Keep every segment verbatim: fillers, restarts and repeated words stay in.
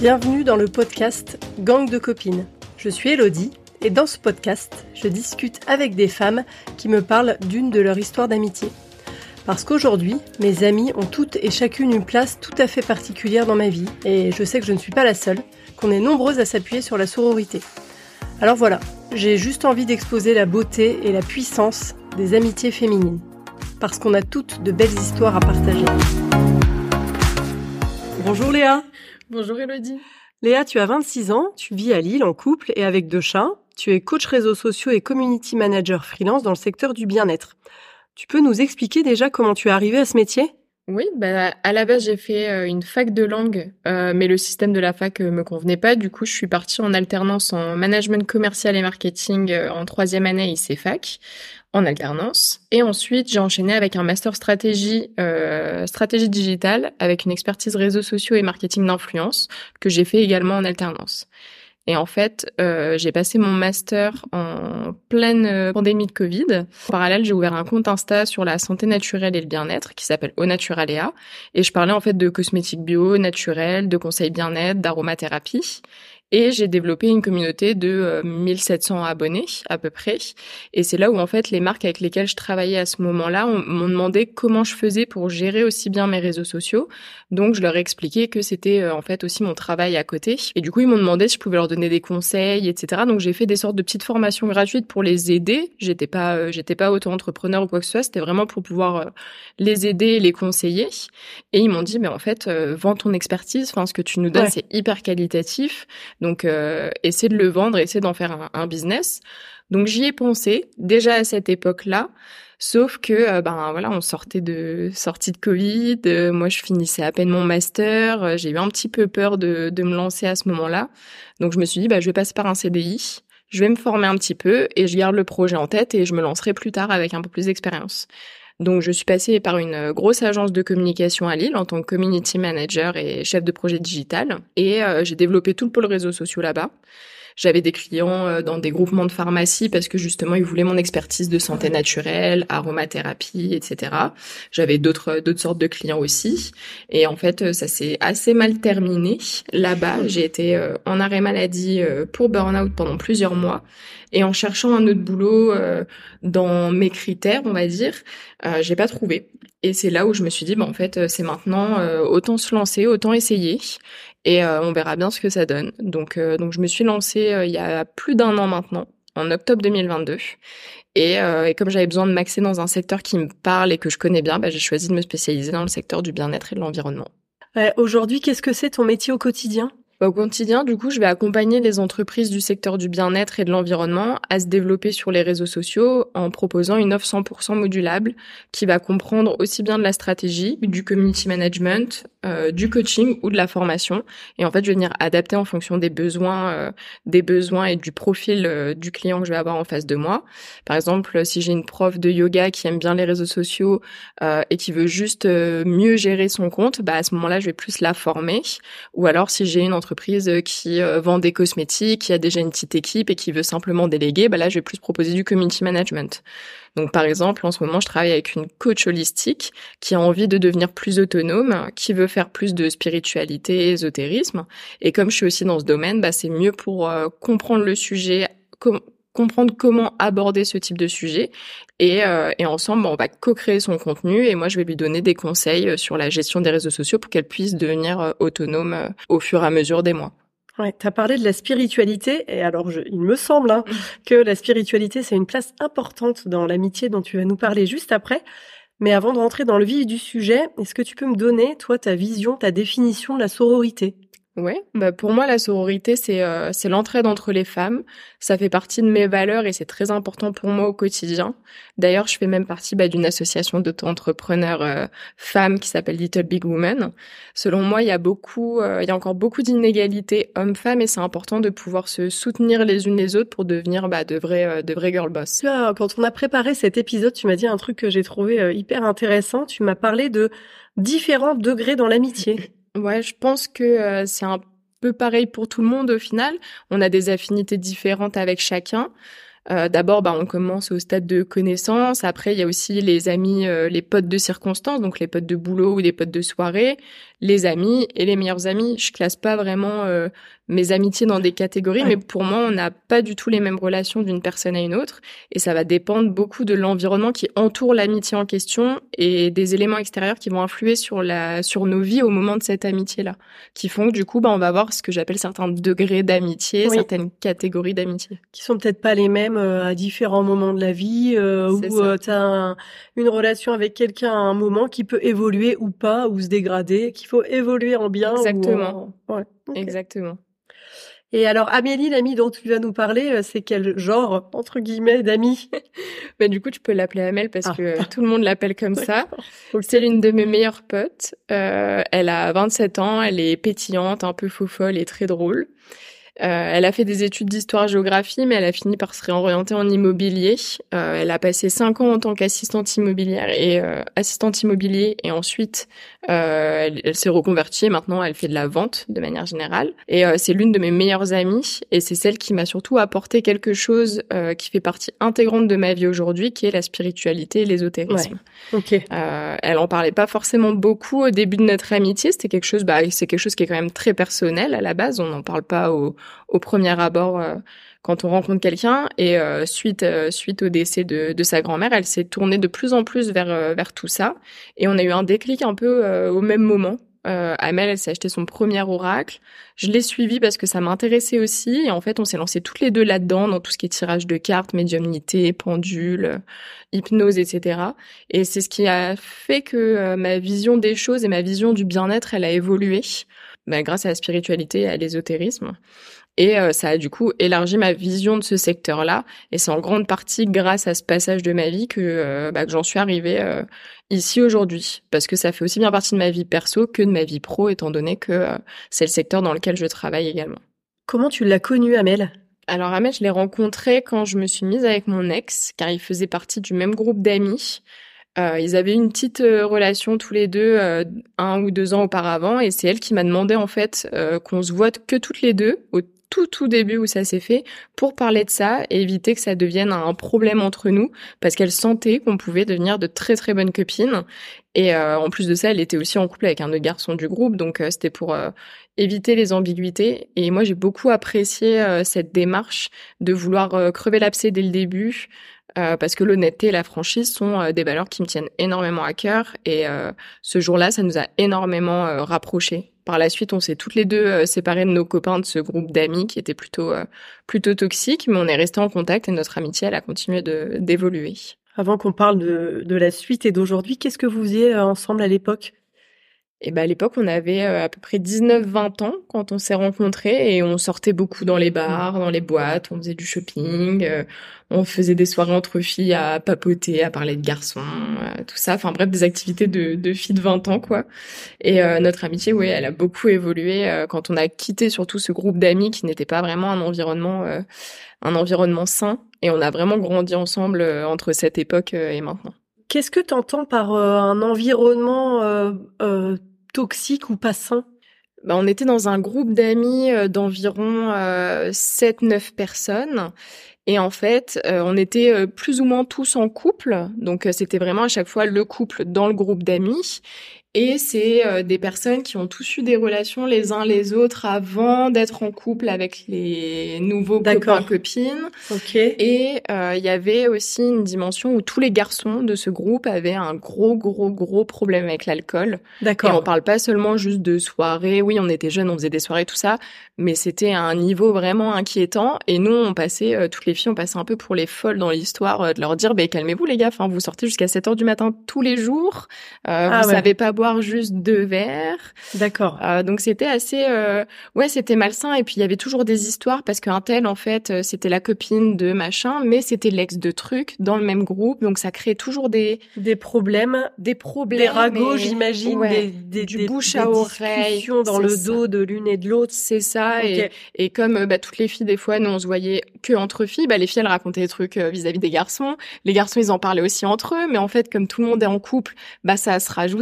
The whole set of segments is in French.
Bienvenue dans le podcast Gang de copines. Je suis Elodie et dans ce podcast, je discute avec des femmes qui me parlent d'une de leurs histoires d'amitié. Parce qu'aujourd'hui, mes amies ont toutes et chacune une place tout à fait particulière dans ma vie et je sais que je ne suis pas la seule, qu'on est nombreuses à s'appuyer sur la sororité. Alors voilà, j'ai juste envie d'exposer la beauté et la puissance des amitiés féminines. Parce qu'on a toutes de belles histoires à partager. Bonjour Léa. Bonjour Elodie. Léa, tu as vingt-six ans, tu vis à Lille en couple et avec deux chats. Tu es coach réseaux sociaux et community manager freelance dans le secteur du bien-être. Tu peux nous expliquer déjà comment tu es arrivée à ce métier ? Oui, bah à la base j'ai fait euh, une fac de langue, euh, mais le système de la fac euh, me convenait pas. Du coup, je suis partie en alternance en management commercial et marketing euh, en troisième année I C Fac, en alternance. Et ensuite, j'ai enchaîné avec un master stratégie, euh, stratégie digitale, avec une expertise réseaux sociaux et marketing d'influence que j'ai fait également en alternance. Et en fait, euh, j'ai passé mon master en pleine euh, pandémie de Covid. En parallèle, j'ai ouvert un compte Insta sur la santé naturelle et le bien-être qui s'appelle Au Naturaléa. Et je parlais en fait de cosmétiques bio, naturels, de conseils bien-être, d'aromathérapie. Et j'ai développé une communauté de euh, mille sept cents abonnés à peu près. Et c'est là où en fait les marques avec lesquelles je travaillais à ce moment-là on, m'ont demandé comment je faisais pour gérer aussi bien mes réseaux sociaux. Donc je leur ai expliqué que c'était euh, en fait aussi mon travail à côté. Et du coup ils m'ont demandé si je pouvais leur donner des conseils, et cetera. Donc j'ai fait des sortes de petites formations gratuites pour les aider. J'étais pas, euh, j'étais pas auto-entrepreneur ou quoi que ce soit. C'était vraiment pour pouvoir euh, les aider et les conseiller. Et ils m'ont dit mais en fait euh, vends ton expertise. Enfin ce que tu nous donnes ouais. c'est hyper qualitatif. Donc, euh, essaie de le vendre, essaie d'en faire un, un business. Donc, j'y ai pensé déjà à cette époque-là. Sauf que, euh, ben voilà, on sortait de sortie de Covid. Euh, moi, je finissais à peine mon master. Euh, j'ai eu un petit peu peur de, de me lancer à ce moment-là. Donc, je me suis dit, bah, je vais passer par un C D I. Je vais me former un petit peu et je garde le projet en tête et je me lancerai plus tard avec un peu plus d'expérience. Donc, je suis passée par une grosse agence de communication à Lille en tant que community manager et chef de projet digital. Et euh, j'ai développé tout le pôle réseaux sociaux là-bas. J'avais des clients euh, dans des groupements de pharmacie parce que justement, ils voulaient mon expertise de santé naturelle, aromathérapie, et cetera. J'avais d'autres d'autres sortes de clients aussi. Et en fait, ça s'est assez mal terminé. Là-bas, j'ai été euh, en arrêt maladie euh, pour burn-out pendant plusieurs mois. Et en cherchant un autre boulot euh, dans mes critères, on va dire, euh, j'ai pas trouvé. Et c'est là où je me suis dit, bah en fait, c'est maintenant, euh, autant se lancer, autant essayer. Et euh, on verra bien ce que ça donne. Donc, euh, donc je me suis lancée euh, il y a plus d'un an maintenant, en octobre deux mille vingt-deux. Et, euh, et comme j'avais besoin de m'axer dans un secteur qui me parle et que je connais bien, bah, j'ai choisi de me spécialiser dans le secteur du bien-être et de l'environnement. Euh, aujourd'hui, qu'est-ce que c'est ton métier au quotidien ? Au quotidien, du coup, je vais accompagner les entreprises du secteur du bien-être et de l'environnement à se développer sur les réseaux sociaux en proposant une offre cent pour cent modulable qui va comprendre aussi bien de la stratégie, du community management, euh, du coaching ou de la formation. Et en fait, je vais venir adapter en fonction des besoins, euh, des besoins et du profil euh, du client que je vais avoir en face de moi. Par exemple, si j'ai une prof de yoga qui aime bien les réseaux sociaux euh, et qui veut juste euh, mieux gérer son compte, bah à ce moment-là, je vais plus la former. Ou alors, si j'ai une entreprise qui euh, vend des cosmétiques, qui a déjà une petite équipe et qui veut simplement déléguer, bah là, je vais plus proposer du community management. Donc, par exemple, en ce moment, je travaille avec une coach holistique qui a envie de devenir plus autonome, qui veut faire plus de spiritualité, ésotérisme. Et comme je suis aussi dans ce domaine, bah, c'est mieux pour euh, comprendre le sujet, com- comprendre comment aborder ce type de sujet. Et, euh, et ensemble, on va co-créer son contenu et moi, je vais lui donner des conseils sur la gestion des réseaux sociaux pour qu'elle puisse devenir euh, autonome euh, au fur et à mesure des mois. Ouais, t'as parlé de la spiritualité et alors je, il me semble hein, que la spiritualité c'est une place importante dans l'amitié dont tu vas nous parler juste après. Mais avant de rentrer dans le vif du sujet, est-ce que tu peux me donner toi ta vision, ta définition de la sororité ? Ouais, bah pour moi la sororité c'est euh, c'est l'entraide entre les femmes. Ça fait partie de mes valeurs et c'est très important pour moi au quotidien. D'ailleurs, je fais même partie bah, d'une association d'auto-entrepreneurs euh, femmes qui s'appelle Little Big Women. Selon moi, il y a beaucoup, euh, il y a encore beaucoup d'inégalités hommes-femmes et c'est important de pouvoir se soutenir les unes les autres pour devenir bah, de vrais euh, de vrais girl boss. Tu vois, quand on a préparé cet épisode, tu m'as dit un truc que j'ai trouvé euh, hyper intéressant. Tu m'as parlé de différents degrés dans l'amitié. Ouais, je pense que euh, c'est un peu pareil pour tout le monde au final. On a des affinités différentes avec chacun. Euh, d'abord, bah, on commence au stade de connaissance. Après, il y a aussi les amis, euh, les potes de circonstance, donc les potes de boulot ou les potes de soirée, les amis et les meilleurs amis. Je classe pas vraiment euh, mes amitiés dans des catégories, ouais. mais pour moi, on n'a pas du tout les mêmes relations d'une personne à une autre. Et ça va dépendre beaucoup de l'environnement qui entoure l'amitié en question et des éléments extérieurs qui vont influer sur la sur nos vies au moment de cette amitié-là, qui font que du coup, bah, on va avoir ce que j'appelle certains degrés d'amitié, oui. certaines catégories d'amitié. Qui sont peut-être pas les mêmes euh, à différents moments de la vie, euh, où euh, tu as un, une relation avec quelqu'un à un moment qui peut évoluer ou pas, ou se dégrader, qu'il faut évoluer en bien. Exactement. Ou en... ouais. Okay. Exactement. Et alors, Amélie, l'amie dont tu vas nous parler, c'est quel genre, entre guillemets, d'amie? Ben, du coup, tu peux l'appeler Amel parce ah. que tout le monde l'appelle comme ça. Okay. C'est l'une de mes meilleures potes. Euh, elle a vingt-sept ans, elle est pétillante, un peu faux-folle et très drôle. Euh, elle a fait des études d'histoire-géographie, mais elle a fini par se réorienter en immobilier. Euh, elle a passé cinq ans en tant qu'assistante immobilière et euh, assistante immobilier, et ensuite euh, elle, elle s'est reconvertie. Et maintenant, elle fait de la vente de manière générale. Et euh, c'est l'une de mes meilleures amies, et c'est celle qui m'a surtout apporté quelque chose euh, qui fait partie intégrante de ma vie aujourd'hui, qui est la spiritualité et l'ésotérisme. Ouais. Ok. Euh, elle en parlait pas forcément beaucoup au début de notre amitié. C'était quelque chose, bah, c'est quelque chose qui est quand même très personnel à la base. On n'en parle pas au au premier abord euh, quand on rencontre quelqu'un, et euh, suite euh, suite au décès de, de sa grand-mère, elle s'est tournée de plus en plus vers euh, vers tout ça, et on a eu un déclic un peu euh, au même moment. Euh, Amel, elle s'est acheté son premier oracle. Je l'ai suivi parce que ça m'intéressait aussi, et en fait, on s'est lancés toutes les deux là-dedans, dans tout ce qui est tirage de cartes, médiumnité, pendule, hypnose, et cetera. Et c'est ce qui a fait que euh, ma vision des choses et ma vision du bien-être, elle a évolué, bah, grâce à la spiritualité et à l'ésotérisme. Et euh, ça a du coup élargi ma vision de ce secteur-là. Et c'est en grande partie grâce à ce passage de ma vie que, euh, bah, que j'en suis arrivée euh, ici aujourd'hui. Parce que ça fait aussi bien partie de ma vie perso que de ma vie pro, étant donné que euh, c'est le secteur dans lequel je travaille également. Comment tu l'as connue, Amel ? Alors Amel, je l'ai rencontré quand je me suis mise avec mon ex, car il faisait partie du même groupe d'amis. Euh, ils avaient une petite euh, relation tous les deux euh, un ou deux ans auparavant, et c'est elle qui m'a demandé en fait euh, qu'on se voit que toutes les deux au tout tout début où ça s'est fait, pour parler de ça et éviter que ça devienne un problème entre nous, parce qu'elle sentait qu'on pouvait devenir de très très bonnes copines. Et euh, en plus de ça, elle était aussi en couple avec un autre garçon du groupe, donc euh, c'était pour euh, éviter les ambiguïtés. Et moi, j'ai beaucoup apprécié euh, cette démarche de vouloir euh, crever l'abcès dès le début. Euh, parce que l'honnêteté et la franchise sont euh, des valeurs qui me tiennent énormément à cœur, et euh, ce jour-là, ça nous a énormément euh, rapprochés. Par la suite, on s'est toutes les deux euh, séparées de nos copains de ce groupe d'amis qui était plutôt euh, plutôt toxique, mais on est restés en contact et notre amitié, elle a continué de d'évoluer. Avant qu'on parle de de la suite et d'aujourd'hui, qu'est-ce que vous faisiez euh, ensemble à l'époque ? Et ben à l'époque, on avait euh, à peu près dix-neuf vingt ans quand on s'est rencontrés, et on sortait beaucoup dans les bars, dans les boîtes, on faisait du shopping, euh, on faisait des soirées entre filles à papoter, à parler de garçons, euh, tout ça. Enfin bref, des activités de, de filles de vingt ans, quoi. Et euh, notre amitié, oui, elle a beaucoup évolué euh, quand on a quitté surtout ce groupe d'amis qui n'était pas vraiment un environnement, euh, un environnement sain. Et on a vraiment grandi ensemble euh, entre cette époque euh, et maintenant. Qu'est-ce que tu entends par euh, un environnement euh, euh, toxique ou pas sain ? Bah, on était dans un groupe d'amis euh, d'environ euh, sept neuf personnes. Et en fait, euh, on était euh, plus ou moins tous en couple. Donc, euh, c'était vraiment à chaque fois le couple dans le groupe d'amis. Et c'est euh, des personnes qui ont tous eu des relations les uns les autres avant d'être en couple avec les nouveaux copains copines. Ok. Et il euh, y avait aussi une dimension où tous les garçons de ce groupe avaient un gros gros gros problème avec l'alcool. D'accord. Et on parle pas seulement juste de soirées. Oui, on était jeunes, on faisait des soirées, tout ça, mais c'était à un niveau vraiment inquiétant. Et nous, on passait euh, toutes les filles, on passait un peu pour les folles dans l'histoire, euh, de leur dire, bah, calmez-vous les gars. Enfin, vous sortez jusqu'à sept heures du matin tous les jours. Euh, ah, vous ouais. savez pas boire juste deux verres. D'accord. Euh, donc c'était assez, euh, ouais, c'était malsain. Et puis il y avait toujours des histoires parce qu'un tel, en fait, c'était la copine de machin, mais c'était l'ex de truc dans le même groupe. Donc ça crée toujours des des problèmes, des problèmes, des ragots, j'imagine, ouais, des, des du des, bouche des à oreille, discussions dans le ça. dos de l'une et de l'autre. C'est ça. Okay. Et et comme bah toutes les filles, des fois, nous on se voyait que entre filles, bah les filles elles racontaient des trucs euh, vis-à-vis des garçons. Les garçons ils en parlaient aussi entre eux, mais en fait comme tout le monde est en couple, bah ça se rajoutait, ça se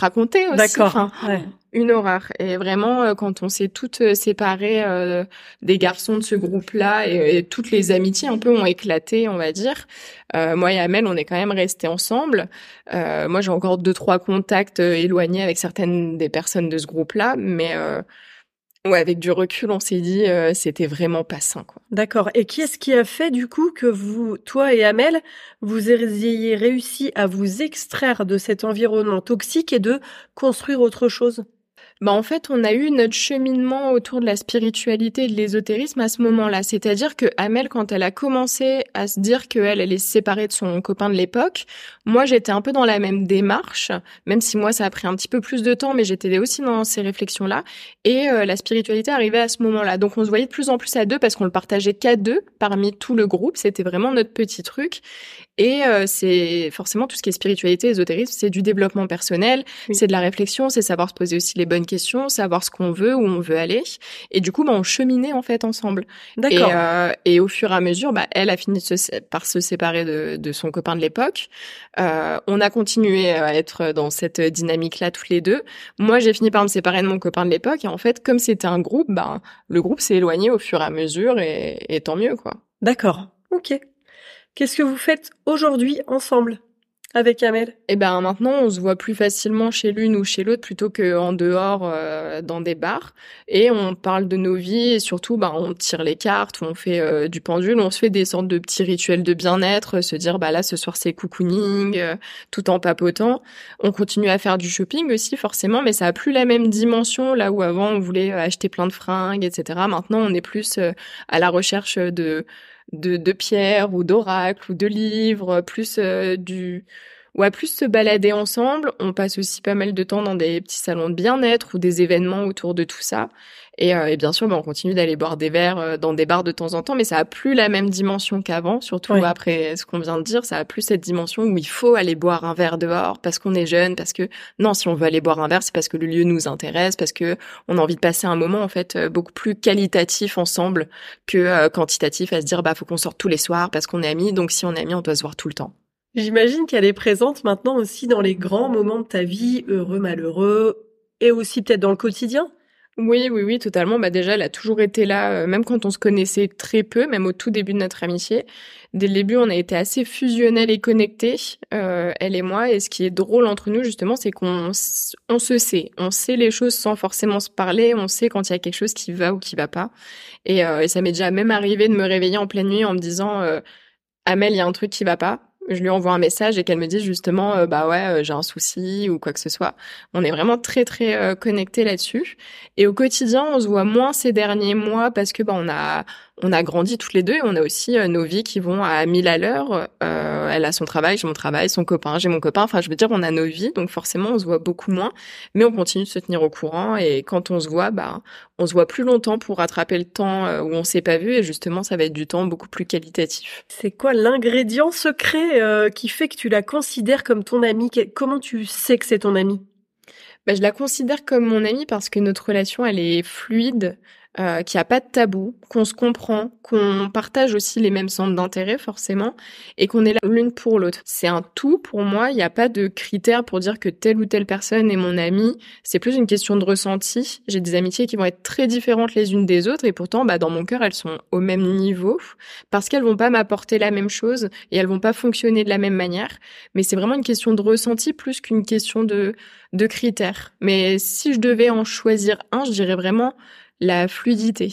raconter aussi. D'accord. Enfin, ouais. Une horreur. Et vraiment, euh, quand on s'est toutes euh, séparées euh, des garçons de ce groupe-là et, et toutes les amitiés un peu ont éclaté, on va dire. Euh, moi et Amel, on est quand même restés ensemble. Euh, moi, j'ai encore deux, trois contacts euh, éloignés avec certaines des personnes de ce groupe-là, mais euh, ouais, avec du recul, on s'est dit euh, c'était vraiment pas sain, quoi. D'accord. Et qui est-ce qui a fait du coup que vous, toi et Amel, vous ayez réussi à vous extraire de cet environnement toxique et de construire autre chose? Bah en fait, on a eu notre cheminement autour de la spiritualité et de l'ésotérisme à ce moment-là. C'est-à-dire que Amel, quand elle a commencé à se dire qu'elle allait se séparer de son copain de l'époque, moi j'étais un peu dans la même démarche, même si moi ça a pris un petit peu plus de temps, mais j'étais aussi dans ces réflexions-là. Et euh, la spiritualité arrivait à ce moment-là. Donc on se voyait de plus en plus à deux parce qu'on le partageait qu'à deux parmi tout le groupe. C'était vraiment notre petit truc. Et euh, c'est forcément tout ce qui est spiritualité, ésotérisme, c'est du développement personnel, oui. C'est de la réflexion, c'est savoir se poser aussi les bonnes questions, savoir ce qu'on veut, où on veut aller. Et du coup, bah, on cheminait en fait ensemble. D'accord. Et, euh, et au fur et à mesure, bah, elle a fini de se, par se séparer de, de son copain de l'époque. Euh, on a continué à être dans cette dynamique-là toutes les deux. Moi, j'ai fini par me séparer de mon copain de l'époque. Et en fait, comme c'était un groupe, bah, le groupe s'est éloigné au fur et à mesure et, et tant mieux, quoi. D'accord. Ok. Qu'est-ce que vous faites aujourd'hui ensemble avec Amel? Eh ben maintenant, on se voit plus facilement chez l'une ou chez l'autre plutôt qu'en dehors euh, dans des bars. Et on parle de nos vies et surtout, bah, on tire les cartes, on fait euh, du pendule, on se fait des sortes de petits rituels de bien-être, se dire bah là ce soir c'est cocooning, euh, tout en papotant. On continue à faire du shopping aussi forcément, mais ça a plus la même dimension là où avant on voulait acheter plein de fringues, et cetera. Maintenant, on est plus euh, à la recherche de de, de pierres ou d'oracles ou de livres, plus euh, du... Ouais, plus se balader ensemble. On passe aussi pas mal de temps dans des petits salons de bien-être ou des événements autour de tout ça. Et, euh, et bien sûr, bah, on continue d'aller boire des verres euh, dans des bars de temps en temps, mais ça a plus la même dimension qu'avant, surtout ouais. Après ce qu'on vient de dire, ça a plus cette dimension où il faut aller boire un verre dehors parce qu'on est jeune, parce que non, si on veut aller boire un verre, c'est parce que le lieu nous intéresse, parce que on a envie de passer un moment en fait euh, beaucoup plus qualitatif ensemble que euh, quantitatif à se dire bah faut qu'on sorte tous les soirs parce qu'on est amis, donc si on est amis, on doit se voir tout le temps. J'imagine qu'elle est présente maintenant aussi dans les grands moments de ta vie, heureux, malheureux, et aussi peut-être dans le quotidien. Oui, oui, oui, totalement. Bah déjà, elle a toujours été là, euh, même quand on se connaissait très peu, même au tout début de notre amitié. Dès le début, on a été assez fusionnels et connectés, euh, elle et moi. Et ce qui est drôle entre nous, justement, c'est qu'on on se sait. On sait les choses sans forcément se parler. On sait quand il y a quelque chose qui va ou qui va pas. Et, euh, et ça m'est déjà même arrivé de me réveiller en pleine nuit en me disant euh, « Amel, il y a un truc qui va pas ». Je lui envoie un message et qu'elle me dise justement euh, bah ouais euh, j'ai un souci ou quoi que ce soit. On est vraiment très très euh, connectés là-dessus. Et au quotidien, on se voit moins ces derniers mois parce que bah on a on a grandi toutes les deux et on a aussi euh, nos vies qui vont à mille à l'heure. Euh, elle a son travail, j'ai mon travail, son copain, j'ai mon copain. Enfin, je veux dire, on a nos vies, donc forcément, on se voit beaucoup moins. Mais on continue de se tenir au courant et quand on se voit, bah on se voit plus longtemps pour rattraper le temps euh, où on s'est pas vu et justement, ça va être du temps beaucoup plus qualitatif. C'est quoi l'ingrédient secret euh, qui fait que tu la considères comme ton amie? Comment tu sais que c'est ton amie? Bah, je la considère comme mon amie parce que notre relation, elle est fluide, euh, qu'il n'y a pas de tabou, qu'on se comprend, qu'on partage aussi les mêmes centres d'intérêt forcément, et qu'on est là l'une pour l'autre. C'est un tout pour moi, il n'y a pas de critères pour dire que telle ou telle personne est mon amie, c'est plus une question de ressenti. J'ai des amitiés qui vont être très différentes les unes des autres, et pourtant, bah, dans mon cœur, elles sont au même niveau, parce qu'elles vont pas m'apporter la même chose, et elles vont pas fonctionner de la même manière, mais c'est vraiment une question de ressenti plus qu'une question de, de critères. Mais si je devais en choisir un, je dirais vraiment la fluidité.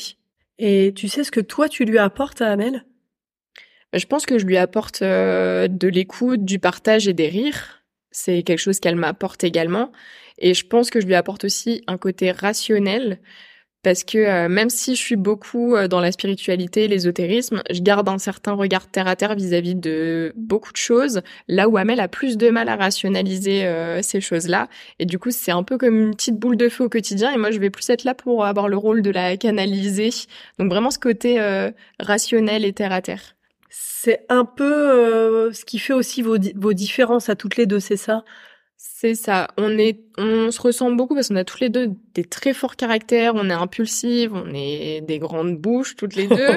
Et tu sais ce que toi, tu lui apportes à Amel? Je pense que je lui apporte euh, de l'écoute, du partage et des rires. C'est quelque chose qu'elle m'apporte également. Et je pense que je lui apporte aussi un côté rationnel. Parce que euh, même si je suis beaucoup euh, dans la spiritualité, l'ésotérisme, je garde un certain regard terre à terre vis-à-vis de beaucoup de choses, là où Amel a plus de mal à rationaliser euh, ces choses-là. Et du coup, c'est un peu comme une petite boule de feu au quotidien, et moi, je vais plus être là pour avoir le rôle de la canaliser. Donc vraiment ce côté euh, rationnel et terre à terre. C'est un peu euh, ce qui fait aussi vos, vos différences à toutes les deux, c'est ça? C'est ça. On est, on se ressemble beaucoup parce qu'on a tous les deux des très forts caractères. On est impulsives, on est des grandes bouches toutes les deux.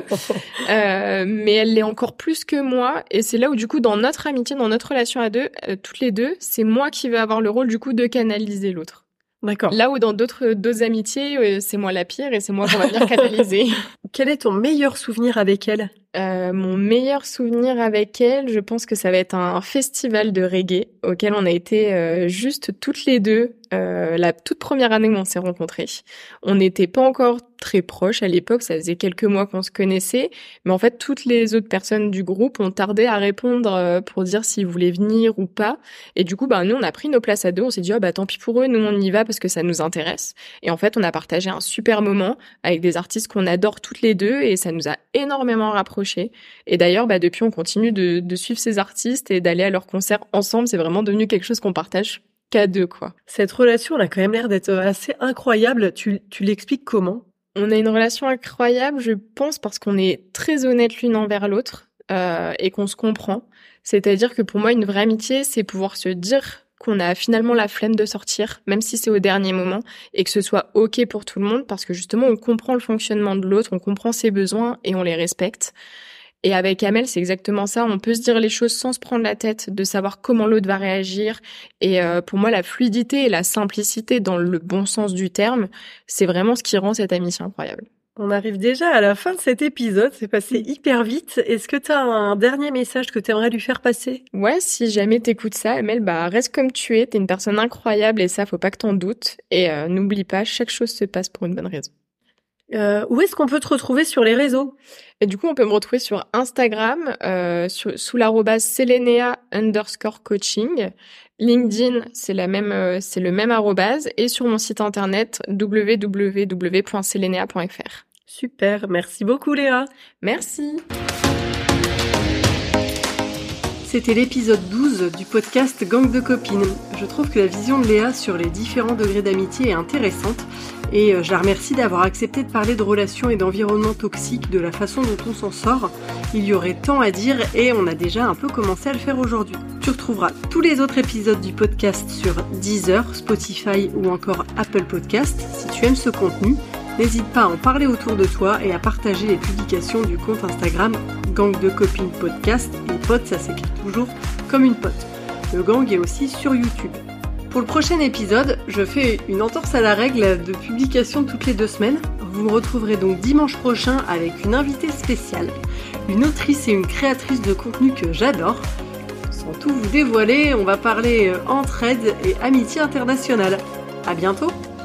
euh, mais elle l'est encore plus que moi. Et c'est là où du coup, dans notre amitié, dans notre relation à deux, euh, toutes les deux, c'est moi qui vais avoir le rôle du coup de canaliser l'autre. D'accord. Là où dans d'autres d'autres amitiés, euh, c'est moi la pire et c'est moi qu'on va venir canaliser. Quel est ton meilleur souvenir avec elle ? Euh, mon meilleur souvenir avec elle, je pense que ça va être un festival de reggae auquel on a été euh, juste toutes les deux euh, la toute première année où on s'est rencontrés. On n'était pas encore très proches à l'époque, ça faisait quelques mois qu'on se connaissait, mais en fait toutes les autres personnes du groupe ont tardé à répondre euh, pour dire s'ils voulaient venir ou pas. Et du coup, bah nous on a pris nos places à deux, on s'est dit oh bah tant pis pour eux, nous on y va parce que ça nous intéresse. Et en fait, on a partagé un super moment avec des artistes qu'on adore toutes les deux et ça nous a énormément rapprochés. Et d'ailleurs, bah, depuis, on continue de, de suivre ces artistes et d'aller à leurs concerts ensemble. C'est vraiment devenu quelque chose qu'on partage qu'à deux, quoi. Cette relation, elle a quand même l'air d'être assez incroyable. Tu, tu l'expliques comment ? On a une relation incroyable, je pense, parce qu'on est très honnêtes l'une envers l'autre euh, et qu'on se comprend. C'est-à-dire que pour moi, une vraie amitié, c'est pouvoir se dire qu'on a finalement la flemme de sortir, même si c'est au dernier moment, et que ce soit OK pour tout le monde, parce que justement, on comprend le fonctionnement de l'autre, on comprend ses besoins et on les respecte. Et avec Amel, c'est exactement ça. On peut se dire les choses sans se prendre la tête, de savoir comment l'autre va réagir. Et euh, pour moi, la fluidité et la simplicité, dans le bon sens du terme, c'est vraiment ce qui rend cette amitié incroyable. On arrive déjà à la fin de cet épisode, c'est passé hyper vite. Est-ce que tu as un dernier message que tu aimerais lui faire passer ? Ouais, si jamais t'écoutes ça, Amel, bah reste comme tu es, t'es une personne incroyable et ça, faut pas que t'en doutes. Et euh, n'oublie pas, chaque chose se passe pour une bonne raison. Euh, où est-ce qu'on peut te retrouver sur les réseaux ? Et du coup, on peut me retrouver sur Instagram, euh, sur, sous l'arrobase Selenea underscore coaching. LinkedIn, c'est la même, euh, c'est le même arrobase. Et sur mon site internet, w w w point selenea point f r. Super, merci beaucoup Léa. Merci. C'était l'épisode douze du podcast Gang de copines. Je trouve que la vision de Léa sur les différents degrés d'amitié est intéressante et je la remercie d'avoir accepté de parler de relations et d'environnement toxique, de la façon dont on s'en sort. Il y aurait tant à dire et on a déjà un peu commencé à le faire aujourd'hui. Tu retrouveras tous les autres épisodes du podcast sur Deezer, Spotify ou encore Apple Podcast. Si tu aimes ce contenu, n'hésite pas à en parler autour de toi et à partager les publications du compte Instagram Gang de Copines Podcast. Et pote, ça s'écrit toujours comme une pote. Le gang est aussi sur YouTube. Pour le prochain épisode, je fais une entorse à la règle de publication toutes les deux semaines. Vous me retrouverez donc dimanche prochain avec une invitée spéciale, une autrice et une créatrice de contenu que j'adore. Sans tout vous dévoiler, on va parler entraide et amitié internationale. À bientôt!